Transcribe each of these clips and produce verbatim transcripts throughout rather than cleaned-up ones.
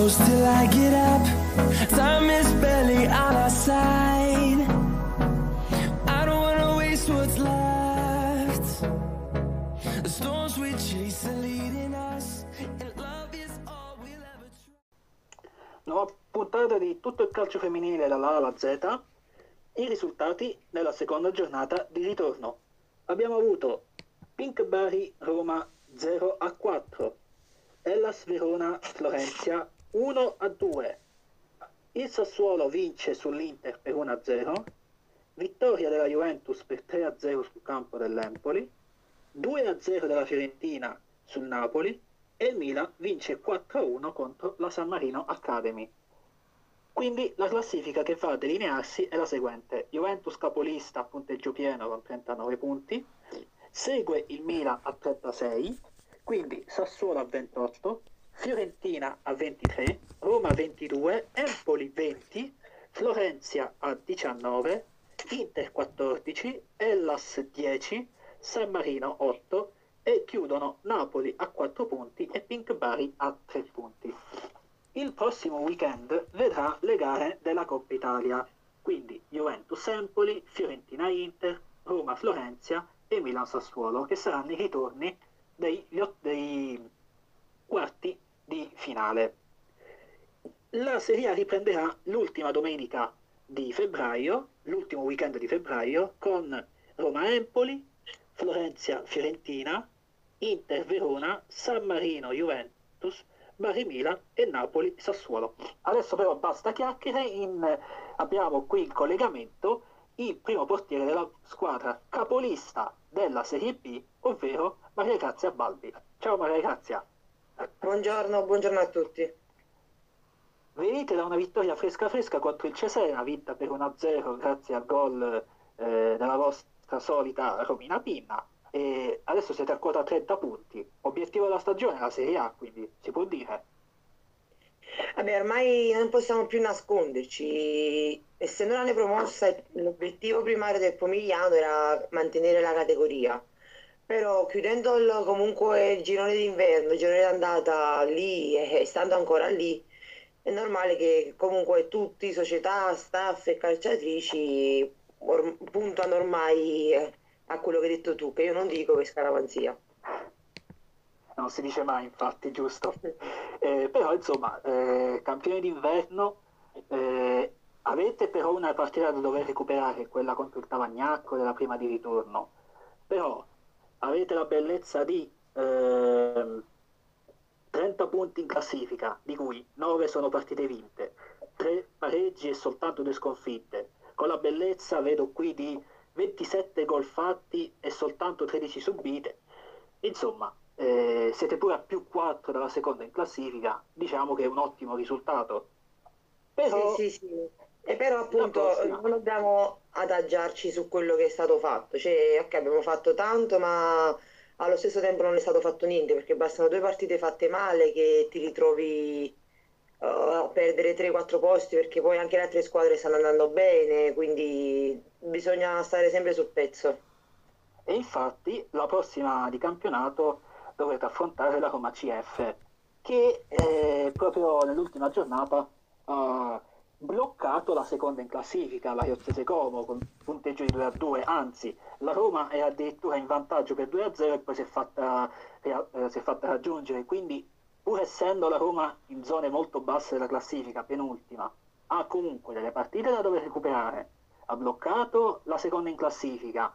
close till I get up. Time is barely on our side. I don't wanna waste what's left. The storms we chase are leading us, and love is all we'll ever try. Nuova puntata di tutto il calcio femminile dalla A alla Z. I risultati nella seconda giornata di ritorno. Abbiamo avuto Pink Bari Roma zero a quattro, Hellas Verona Florenzia uno a due, il Sassuolo vince sull'Inter per uno a zero, vittoria della Juventus per tre a zero sul campo dell'Empoli, due a zero della Fiorentina sul Napoli e il Milan vince quattro a uno contro la San Marino Academy. Quindi la classifica che va a delinearsi è la seguente: Juventus capolista a punteggio pieno con trentanove punti, segue il Milan a trentasei, quindi Sassuolo a ventotto, Fiorentina a ventitré, Roma a ventidue, Empoli venti, Florenzia a diciannove, Inter quattordici, Hellas dieci, San Marino otto e chiudono Napoli a quattro punti e Pink Bari a tre punti. Il prossimo weekend vedrà le gare della Coppa Italia, quindi Juventus Empoli, Fiorentina Inter, Roma Florenzia e Milan Sassuolo, che saranno i ritorni dei, dei quarti di finale. La Serie A riprenderà l'ultima domenica di febbraio, l'ultimo weekend di febbraio, con Roma Empoli, Florenzia Fiorentina, Inter Verona, San Marino Juventus, Bari Milan e Napoli Sassuolo. Adesso però basta chiacchiere, in... abbiamo qui in collegamento il primo portiere della squadra capolista della Serie B, ovvero Maria Grazia Balbi. Ciao Maria Grazia. Buongiorno, buongiorno a tutti. Venite da una vittoria fresca fresca contro il Cesena, vinta per uno a zero grazie al gol eh, della vostra solita Romina Pinna. E adesso siete a quota trenta punti. Obiettivo della stagione è la Serie A, quindi si può dire. Vabbè, ormai non possiamo più nasconderci. Essendo una neopromossa, l'obiettivo primario del Pomigliano era mantenere la categoria. Però chiudendo il, comunque il girone d'inverno, il girone d'andata lì e stando ancora lì, è normale che comunque tutti, società, staff e calciatrici, or- puntano ormai a quello che hai detto tu, che io non dico che è scaramanzia. Non si dice mai, infatti, giusto? Eh, però, insomma, eh, campione d'inverno, eh, avete però una partita da dover recuperare, quella contro il Tavagnacco della prima di ritorno. Però avete la bellezza di eh, trenta punti in classifica, di cui nove sono partite vinte, tre pareggi e soltanto due sconfitte. Con la bellezza, vedo qui, di ventisette gol fatti e soltanto tredici subite. Insomma, eh, siete pure a più quattro dalla seconda in classifica, diciamo che è un ottimo risultato. Però, sì, sì, sì. E però appunto prossima... non dobbiamo adagiarci su quello che è stato fatto. Cioè, ok, abbiamo fatto tanto, ma allo stesso tempo non è stato fatto niente, perché bastano due partite fatte male che ti ritrovi uh, a perdere tre quattro posti, perché poi anche le altre squadre stanno andando bene, quindi bisogna stare sempre sul pezzo. E infatti la prossima di campionato dovrete affrontare la Roma C F, che eh, proprio nell'ultima giornata ha bloccato la seconda in classifica, la Iozzese Como, con punteggio di due a due, anzi la Roma è addirittura in vantaggio per due a zero e poi si è fatta, eh, si è fatta raggiungere, quindi pur essendo la Roma in zone molto basse della classifica, penultima, ha comunque delle partite da dover recuperare, ha bloccato la seconda in classifica,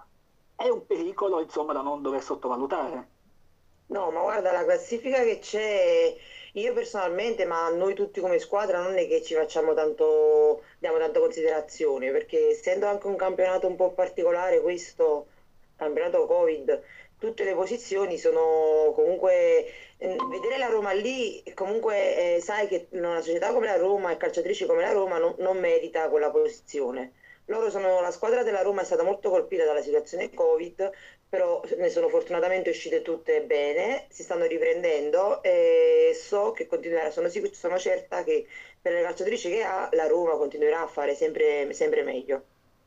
è un pericolo insomma da non dover sottovalutare. No, ma guarda, la classifica che c'è, io personalmente, ma noi tutti come squadra, non è che ci facciamo tanto, diamo tanta considerazione, perché essendo anche un campionato un po' particolare, questo campionato Covid, tutte le posizioni sono comunque, eh, vedere la Roma lì, comunque eh, sai che una società come la Roma e calciatrici come la Roma non, non merita quella posizione. Loro sono, la squadra della Roma è stata molto colpita dalla situazione Covid, però ne sono fortunatamente uscite tutte bene, si stanno riprendendo e so che continuerà, sono, sicura, sono certa che per le calciatrici che ha la Roma continuerà a fare sempre, sempre meglio.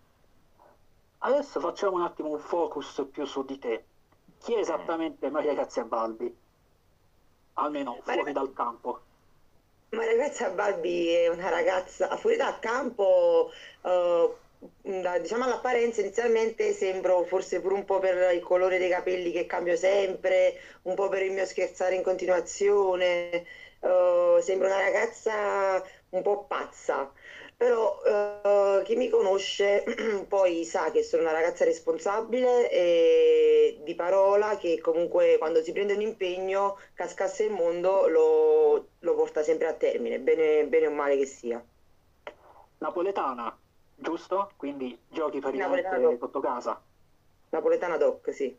Adesso facciamo un attimo un focus più su di te. Chi è esattamente Maria Grazia Balbi? Almeno fuori Maria... dal campo. Ma ragazza Barbie è una ragazza fuori dal campo, eh, da- diciamo all'apparenza inizialmente sembro forse pure un po' per il colore dei capelli che cambio sempre, un po' per il mio scherzare in continuazione, eh, sembra una ragazza un po' pazza, però eh, chi mi conosce poi sa che sono una ragazza responsabile e di parola che comunque quando si prende un impegno, cascasse il mondo, lo, lo porta sempre a termine, bene, bene o male che sia. Napoletana, giusto? Quindi giochi Napoletana praticamente doc, sotto casa. napoletana doc, sì.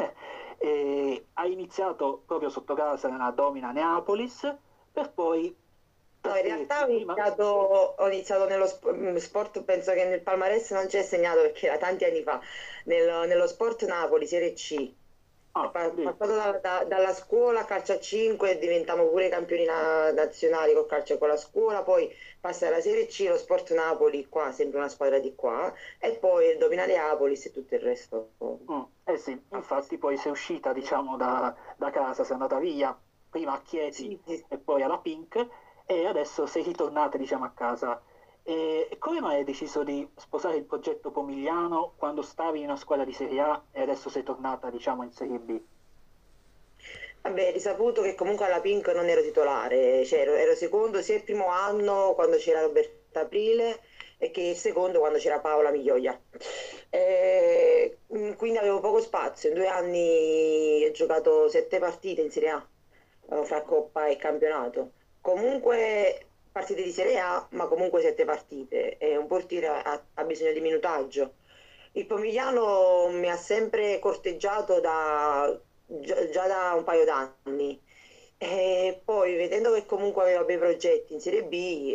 E hai iniziato proprio sotto casa nella Domina Neapolis per poi No, in realtà trasferirti ho prima. iniziato, ho iniziato nello sp- mm, sport, penso che nel palmarès non c'è segnato perché era tanti anni fa, nel- nello Sport Napoli, Serie C. È Ah, pa- lì. passato da- da- dalla scuola a calcio a cinque e diventiamo pure campioni na- nazionali col calcio con la scuola, poi passa alla Serie C, lo Sport Napoli, qua, sempre una squadra di qua, e poi il Dominale Apolis e tutto il resto. Mm, eh sì, infatti poi sei uscita, diciamo, da, da casa, sei andata via, prima a Chieti Sì, sì. e poi alla Pink, e adesso sei ritornata, diciamo, a casa. E e come mai hai deciso di sposare il progetto Pomigliano quando stavi in una squadra di Serie A e adesso sei tornata, diciamo, in Serie B? Vabbè, risaputo che comunque alla Pink non ero titolare, cioè ero, ero secondo sia il primo anno quando c'era Roberta Aprile e che il secondo quando c'era Paola Miglioia. Eh, mm, quindi avevo poco spazio, in due anni ho giocato sette partite in Serie A, eh, fra Coppa e campionato. Comunque partite di Serie A, ma comunque sette partite e un portiere ha, ha bisogno di minutaggio. Il Pomigliano mi ha sempre corteggiato da, già, già da un paio d'anni. E poi vedendo che comunque aveva bei progetti in Serie B,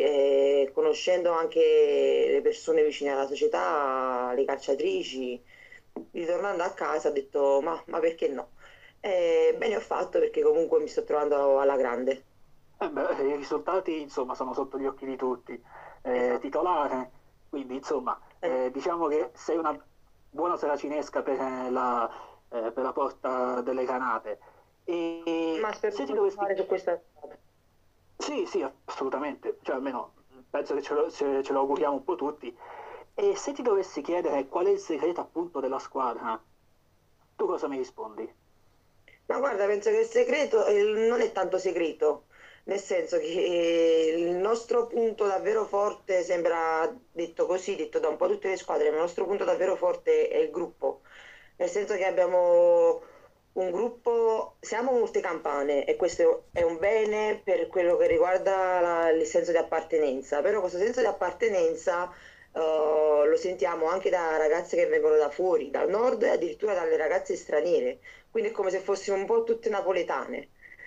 e conoscendo anche le persone vicine alla società, le calciatrici, ritornando a casa ho detto ma, ma perché no? E bene ho fatto perché comunque mi sto trovando alla grande. Eh beh, i risultati, insomma, sono sotto gli occhi di tutti. Eh, Esatto. titolare, quindi, insomma, Eh, eh, diciamo che sei una buona saracinesca per eh, la, eh, per la porta delle granate. E ma spero se di ti dovessi... continuare su questa strada. Sì, sì, assolutamente, cioè almeno penso che ce lo, ce- ce lo auguriamo un po' tutti. E se ti dovessi chiedere qual è il segreto appunto della squadra, tu cosa mi rispondi? Ma guarda, penso che il segreto eh, non è tanto segreto, nel senso che eh, il nostro punto davvero forte sembra detto così, detto da un po' tutte le squadre, ma il nostro punto davvero forte è il gruppo, nel senso che abbiamo un gruppo, siamo molte campane e questo è un bene per quello che riguarda la- il senso di appartenenza, però questo senso di appartenenza eh, lo sentiamo anche da ragazze che vengono da fuori, dal nord e addirittura dalle ragazze straniere, quindi è come se fossimo un po' tutte napoletane.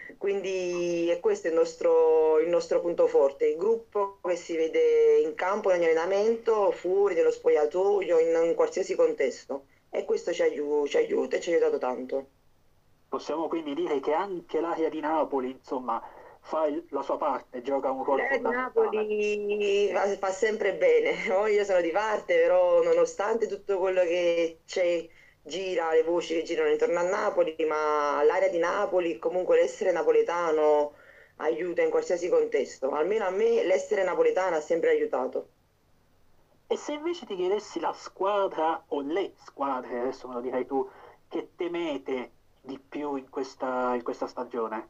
Quindi è questo il nostro, il nostro punto forte, il gruppo che si vede in campo, in ogni allenamento, fuori, nello spogliatoio, in, in qualsiasi contesto. E questo ci aiu- ci aiuta e ci ha aiutato tanto. Possiamo quindi dire che anche l'area di Napoli, insomma, fa il- la sua parte, gioca un ruolo L'area di fondamentale. Napoli fa, fa sempre bene, oh, io sono di parte, però nonostante tutto quello che c'è, gira, le voci che girano intorno a Napoli, ma l'area di Napoli, comunque l'essere napoletano aiuta in qualsiasi contesto, almeno a me l'essere napoletano ha sempre aiutato. E se invece ti chiedessi la squadra o le squadre, adesso me lo dirai tu, che temete di più in questa, in questa stagione?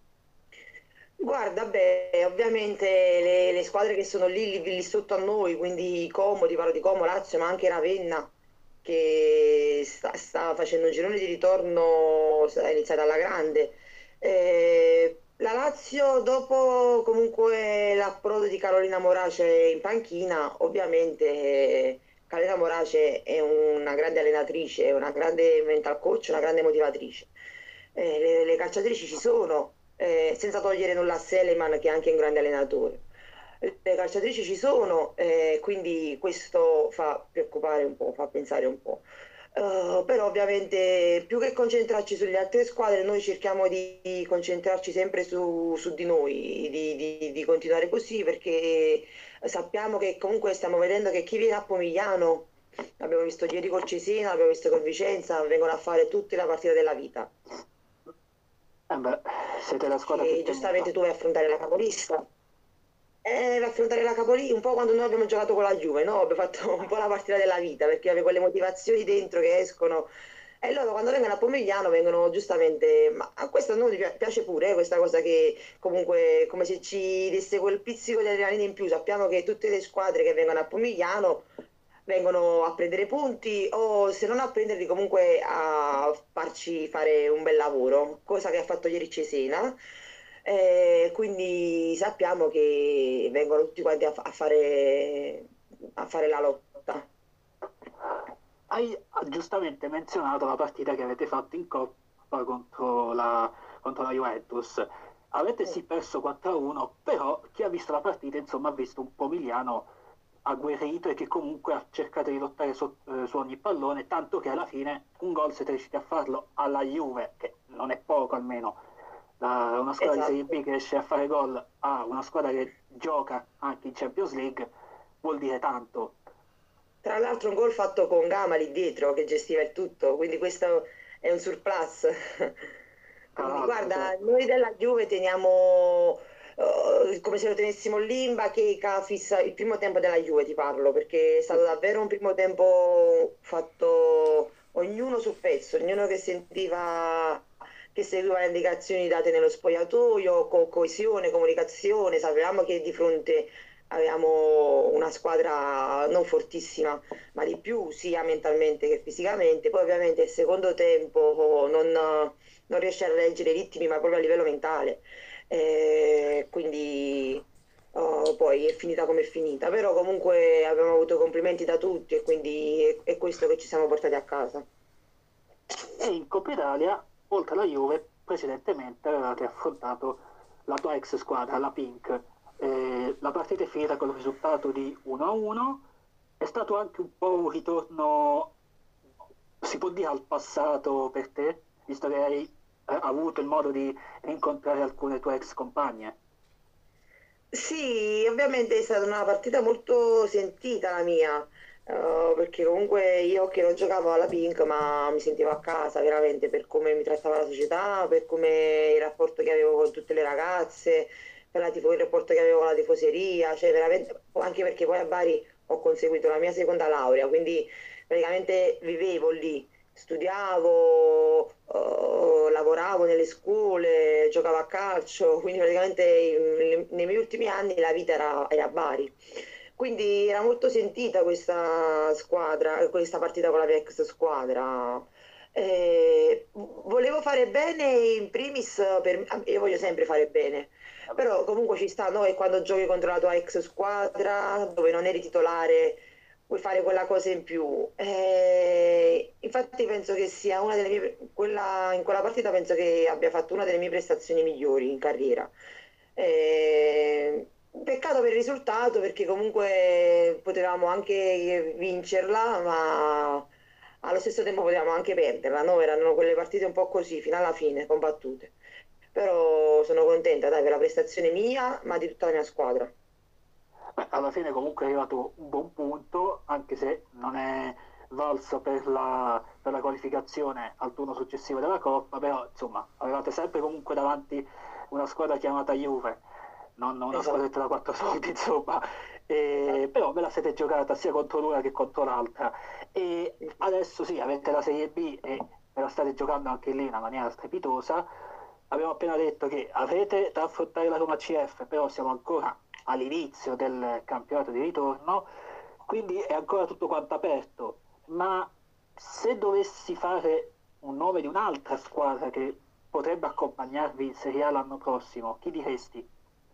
Guarda, beh, ovviamente le, le squadre che sono lì, lì, lì sotto a noi, quindi Como, ti parlo di Como, Lazio, ma anche Ravenna, che sta, sta facendo un girone di ritorno, è iniziata alla grande. Eh, la Lazio, dopo comunque l'approdo di Carolina Morace in panchina, ovviamente eh, Carolina Morace è una grande allenatrice, è una grande mental coach, una grande motivatrice. Eh, le, le calciatrici ci sono, eh, senza togliere nulla a Seleman che è anche un grande allenatore. Le calciatrici ci sono, eh, quindi questo fa preoccupare un po', fa pensare un po'. Eh, però ovviamente più che concentrarci sulle altre squadre, noi cerchiamo di concentrarci sempre su, su di noi, di, di- di continuare così perché sappiamo che comunque stiamo vedendo che chi viene a Pomigliano, abbiamo visto ieri col Cesena, abbiamo visto col Vicenza, vengono a fare tutte la partita della vita. Eh beh, siete la squadra più Che temuta. giustamente tu vai a affrontare la capolista. Eh, affrontare la capolista un po' quando noi abbiamo giocato con la Juve, no? Abbiamo fatto un po' la partita della vita perché avevo quelle motivazioni dentro che escono e loro quando vengono a Pomigliano vengono giustamente, ma a questo a noi pi- piace pure, eh, questa cosa che comunque come se ci desse quel pizzico di adrenalina in più. Sappiamo che tutte le squadre che vengono a Pomigliano vengono a prendere punti o se non a prenderli comunque a farci fare un bel lavoro, cosa che ha fatto ieri Cesena. Eh, quindi sappiamo che vengono tutti quanti a, fa- a fare, a fare la lotta. Hai ah, giustamente menzionato la partita che avete fatto in Coppa contro la, contro la Juventus. Avete sì perso quattro a uno, però chi ha visto la partita insomma ha visto un Pomigliano agguerrito e che comunque ha cercato di lottare su, eh, su ogni pallone, tanto che alla fine un gol siete riusciti a farlo alla Juve, che non è poco almeno, da una squadra di Serie Esatto. B che riesce a fare gol a una squadra che gioca anche in Champions League, vuol dire tanto. Tra l'altro un gol fatto con Gama lì dietro che gestiva il tutto, quindi questo è un surplus. Tra Quindi l'altro, guarda, certo. noi della Juve teniamo eh, come se lo tenessimo lì in bacheca fissa il primo tempo della Juve, ti parlo, perché è stato davvero un primo tempo fatto ognuno sul pezzo, ognuno che sentiva che seguiva le indicazioni date nello spogliatoio, con coesione, comunicazione, sapevamo che di fronte avevamo una squadra non fortissima, ma di più sia mentalmente che fisicamente. Poi ovviamente il secondo tempo oh, non, non riesce a reggere i ritmi, ma proprio a livello mentale. Eh, quindi oh, poi è finita come è finita. Però comunque abbiamo avuto complimenti da tutti e quindi è, è questo che ci siamo portati a casa. E in Coppa Italia, oltre alla Juve, precedentemente avevate affrontato la tua ex squadra, la Pink. Eh, la partita è finita con il risultato di uno a uno. È stato anche un po' un ritorno, si può dire, al passato per te, visto che hai eh, avuto il modo di incontrare alcune tue ex compagne. Sì, ovviamente è stata una partita molto sentita la mia, eh, perché comunque io che non giocavo alla Pink, ma mi sentivo a casa veramente per come mi trattava la società, per come il rapporto che avevo con tutte le ragazze, per la tifo- il rapporto che avevo con la tifoseria, cioè veramente, anche perché poi a Bari ho conseguito la mia seconda laurea, quindi praticamente vivevo lì, studiavo, eh, lavoravo nelle scuole, giocavo a calcio, quindi praticamente in- nei miei ultimi anni la vita era, era a Bari. Quindi era molto sentita questa squadra, questa partita con la mia ex squadra. Eh, volevo fare bene in primis, per, io voglio sempre fare bene, però comunque ci sta, no? E quando giochi contro la tua ex squadra, dove non eri titolare, vuoi fare quella cosa in più. Eh, infatti penso che sia una delle mie, quella, in quella partita penso che abbia fatto una delle mie prestazioni migliori in carriera. Eh, peccato per il risultato perché comunque potevamo anche vincerla, ma allo stesso tempo potevamo anche perderla, no? Erano quelle partite un po' così, fino alla fine, combattute. Però sono contenta, dai, per la prestazione mia, ma di tutta la mia squadra. Beh, alla fine comunque è arrivato un buon punto, anche se non è valso per la, per la qualificazione al turno successivo della Coppa, però insomma avevate sempre comunque davanti una squadra chiamata Juve, non una Esatto, squadretta da quattro soldi, insomma. E, esatto. però ve la siete giocata sia contro l'una che contro l'altra. E adesso sì, avete la Serie B e ve la state giocando anche lì in una maniera strepitosa. Abbiamo appena detto che avete da affrontare la Roma C F, però siamo ancora all'inizio del campionato di ritorno, quindi è ancora tutto quanto aperto. Ma se dovessi fare un nome di un'altra squadra che potrebbe accompagnarvi in Serie A l'anno prossimo, chi diresti?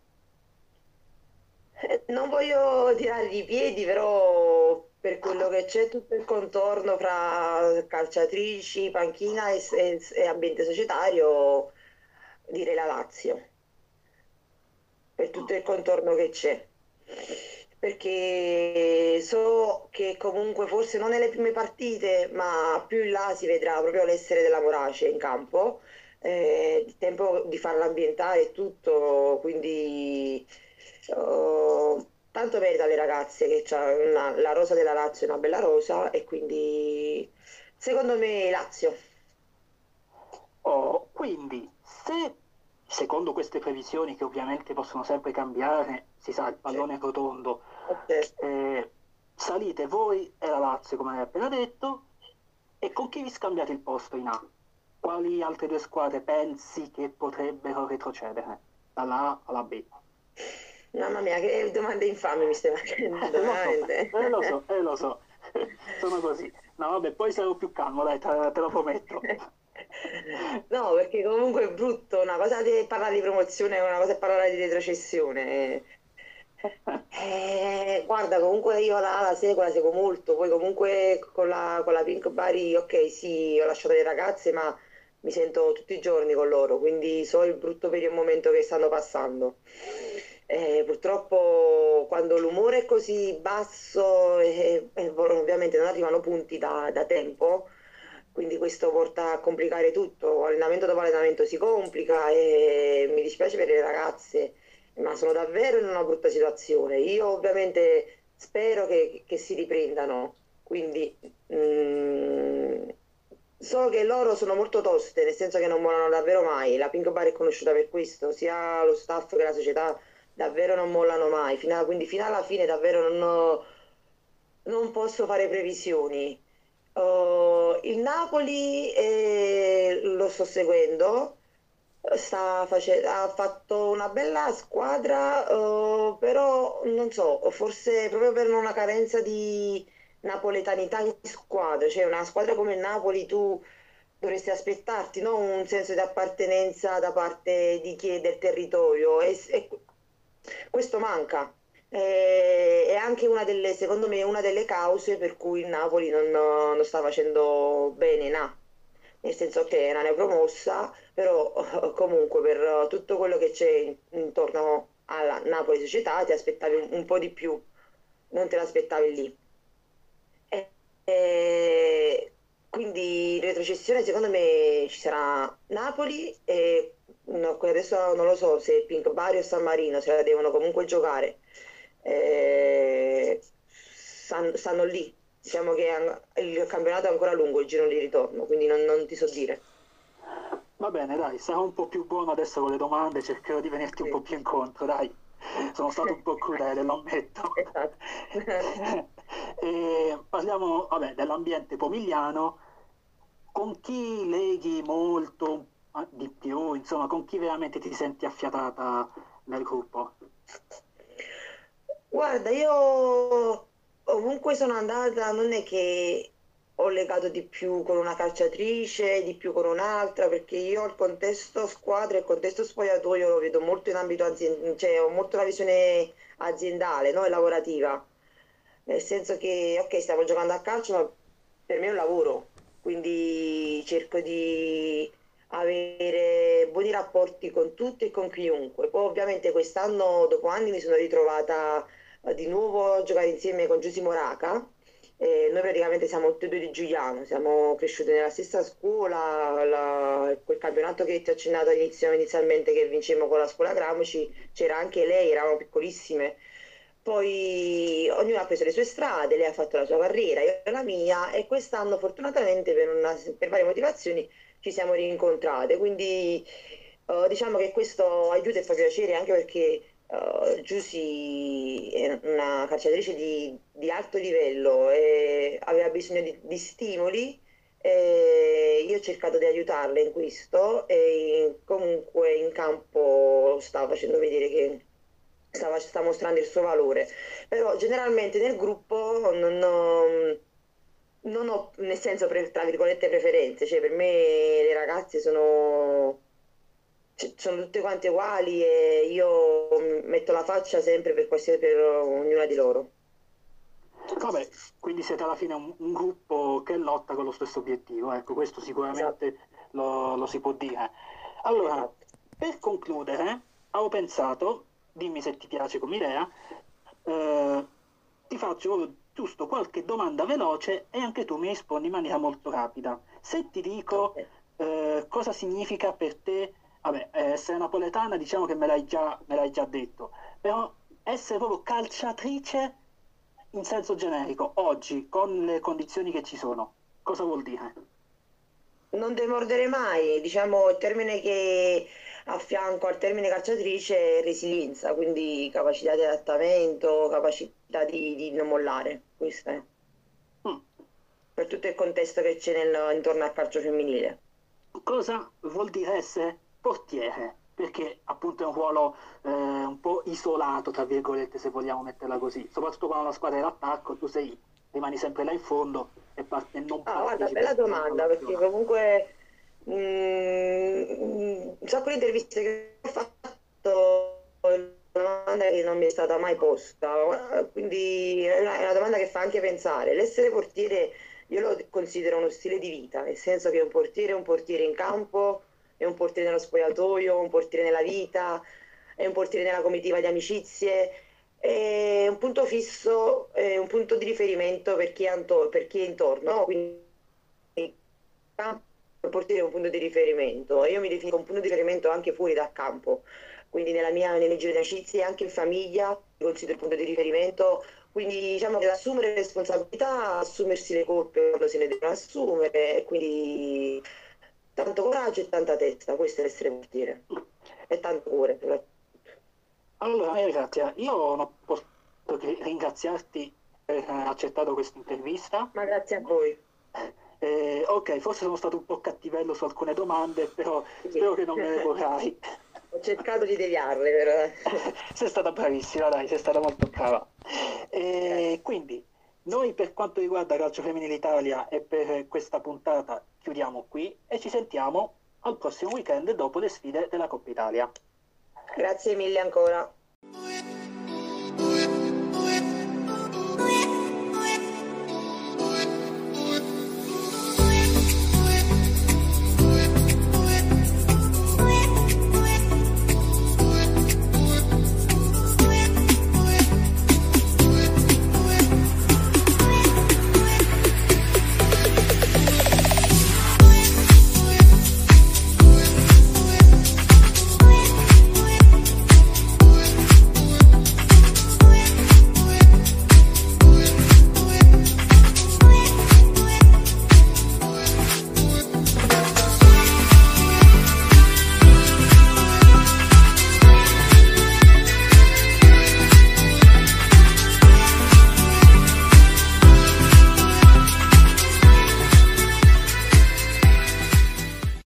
Eh, Non voglio tirare i piedi, però per quello che c'è tutto il contorno fra calciatrici, panchina e, e- e ambiente societario, direi la Lazio, per tutto il contorno che c'è. Perché so che comunque forse non nelle prime partite, ma più in là si vedrà proprio l'essere della Morace in campo, eh, il tempo di farla ambientare e tutto, quindi oh, tanto merita alle ragazze che c'ha una- la rosa della Lazio è una bella rosa e quindi secondo me Lazio. Oh, quindi, se secondo queste previsioni che ovviamente possono sempre cambiare, si sa, il pallone è rotondo, Certo. eh, salite voi e la Lazio, come hai appena detto, e con chi vi scambiate il posto in A? Quali altre due squadre pensi che potrebbero retrocedere dalla A alla B? Mamma mia, che domande infami mi stai facendo, Eh, lo so, veramente. eh, lo so, eh, lo so, sono così. No, vabbè, poi sarò più calmo, dai, te, te lo prometto. No, perché comunque è brutto, una cosa di parlare di promozione e una cosa è parlare di retrocessione. Eh, guarda, comunque io la, la seguo, la seguo molto, poi comunque con la, con la Pink Bari, ok, sì, ho lasciato le ragazze, ma mi sento tutti i giorni con loro, quindi so il brutto per il momento che stanno passando. Eh, purtroppo quando l'umore è così basso, e, e ovviamente non arrivano punti da, da tempo, quindi questo porta a complicare tutto, allenamento dopo allenamento si complica e mi dispiace per le ragazze, ma sono davvero in una brutta situazione. Io ovviamente spero che, che si riprendano, quindi mm, so che loro sono molto toste, nel senso che non mollano davvero mai. La Pink Bar è conosciuta per questo, sia lo staff che la società davvero non mollano mai, fino a- quindi fino alla fine davvero non, non posso fare previsioni. Uh, il Napoli eh, lo sto seguendo, sta face- ha fatto una bella squadra, uh, però non so, forse proprio per una carenza di napoletanità in squadra, cioè una squadra come il Napoli tu dovresti aspettarti, no? Un senso di appartenenza da parte di chi è del territorio e, e questo manca. Eh, È anche una delle, secondo me, una delle cause per cui il Napoli non, non sta facendo bene in A. Nel senso che non è promossa, però eh, comunque per tutto quello che c'è intorno alla Napoli società ti aspettavi un, un po' di più, non te l'aspettavi lì. E- e quindi retrocessione secondo me ci sarà Napoli e no, adesso non lo so se Pink Bari o San Marino se la devono comunque giocare. Eh, stan- stanno lì. Diciamo che an- il campionato è ancora lungo, il giro di ritorno, quindi non, non ti so dire. Va bene, dai, sarò un po' più buono adesso con le domande, cercherò di venirti un Sì. po' più incontro, dai. Sono stato un po' crudele, lo ammetto. Esatto. E parliamo, vabbè, dell'ambiente pomigliano. Con chi leghi molto ah, di più, insomma, con chi veramente ti senti affiatata nel gruppo? Guarda, io ovunque sono andata non è che ho legato di più con una calciatrice, di più con un'altra, perché io il contesto squadra e il contesto spogliatoio lo vedo molto in ambito aziendale, cioè ho molto la visione aziendale, no? E lavorativa. Nel senso che, ok, stiamo giocando a calcio, ma per me è un lavoro, quindi cerco di avere buoni rapporti con tutti e con chiunque. Poi ovviamente quest'anno, dopo anni, mi sono ritrovata eh, di nuovo a giocare insieme con Giusy Moraca. Eh, noi praticamente siamo tutti e due di Giuliano, siamo cresciuti nella stessa scuola, la- quel campionato che ti ho accennato all'inizio, inizialmente che vincemmo con la scuola Gramoci, c'era anche lei, eravamo piccolissime. Poi ognuno ha preso le sue strade, lei ha fatto la sua carriera, io la mia, e quest'anno fortunatamente per, una- per varie motivazioni ci siamo rincontrate, quindi eh, diciamo che questo aiuta e fa piacere anche perché uh, Giusy è una calciatrice di, di alto livello e aveva bisogno di, di stimoli e io ho cercato di aiutarla in questo e comunque in campo stava facendo vedere che stava, sta mostrando il suo valore. Però generalmente nel gruppo non ho, non ho, nel senso, pre- tra virgolette, preferenze, cioè per me le ragazze sono, cioè, sono tutte quante uguali e io metto la faccia sempre per, qualsiasi- per ognuna di loro. Vabbè, quindi siete alla fine un, un gruppo che lotta con lo stesso obiettivo, ecco, questo Esatto, sicuramente lo, lo si può dire. Allora, esatto. per concludere, avevo pensato, dimmi se ti piace come idea, eh, ti faccio giusto qualche domanda veloce e anche tu mi rispondi in maniera molto rapida. Se ti dico Ok. eh, cosa significa per te, vabbè, eh, essere napoletana diciamo che me l'hai già, me l'hai già detto, però essere proprio calciatrice in senso generico, oggi, con le condizioni che ci sono, cosa vuol dire? Non demordere mai, diciamo il termine che a fianco al termine calciatrice resilienza, quindi capacità di adattamento, capacità di, di non mollare, questo è. Mm. Per tutto il contesto che c'è nel- intorno al calcio femminile. Cosa vuol dire essere portiere? Perché appunto è un ruolo eh, un po' isolato, tra virgolette, se vogliamo metterla così. Soprattutto quando la squadra è d'attacco, tu sei, rimani sempre là in fondo e, par- e non Ah, guarda, partecipi bella domanda, perché all'azione. comunque mm, un sacco di interviste che ho fatto, è una domanda che non mi è stata mai posta, quindi è una, è una domanda che fa anche pensare. L'essere portiere io lo considero uno stile di vita, nel senso che un portiere è un portiere in campo, è un portiere nello spogliatoio, un portiere nella vita, è un portiere nella comitiva di amicizie, è un punto fisso, è un punto di riferimento per chi è, anto- per chi è intorno, no? Quindi il portiere è un punto di riferimento e io mi definisco un punto di riferimento anche fuori dal campo, quindi nella mia, nelle giro di amicizie, anche in famiglia, mi considero il punto di riferimento, quindi diciamo che assumere responsabilità, assumersi le colpe quando se ne devono assumere, e quindi tanto coraggio e tanta testa, questo è essere portiere, e tanto cuore. Allora, Maria Grazia, io non posso che ringraziarti per aver accettato questa intervista. Ma grazie a voi. Eh, ok, forse sono stato un po' cattivello su alcune domande, però Sì. spero che non me ne vorrai. Ho cercato di deviarle, però. Sei stata bravissima, dai, sei stata molto brava. E quindi, noi per quanto riguarda Calcio Femminile Italia e per questa puntata chiudiamo qui e ci sentiamo al prossimo weekend dopo le sfide della Coppa Italia. Grazie mille ancora.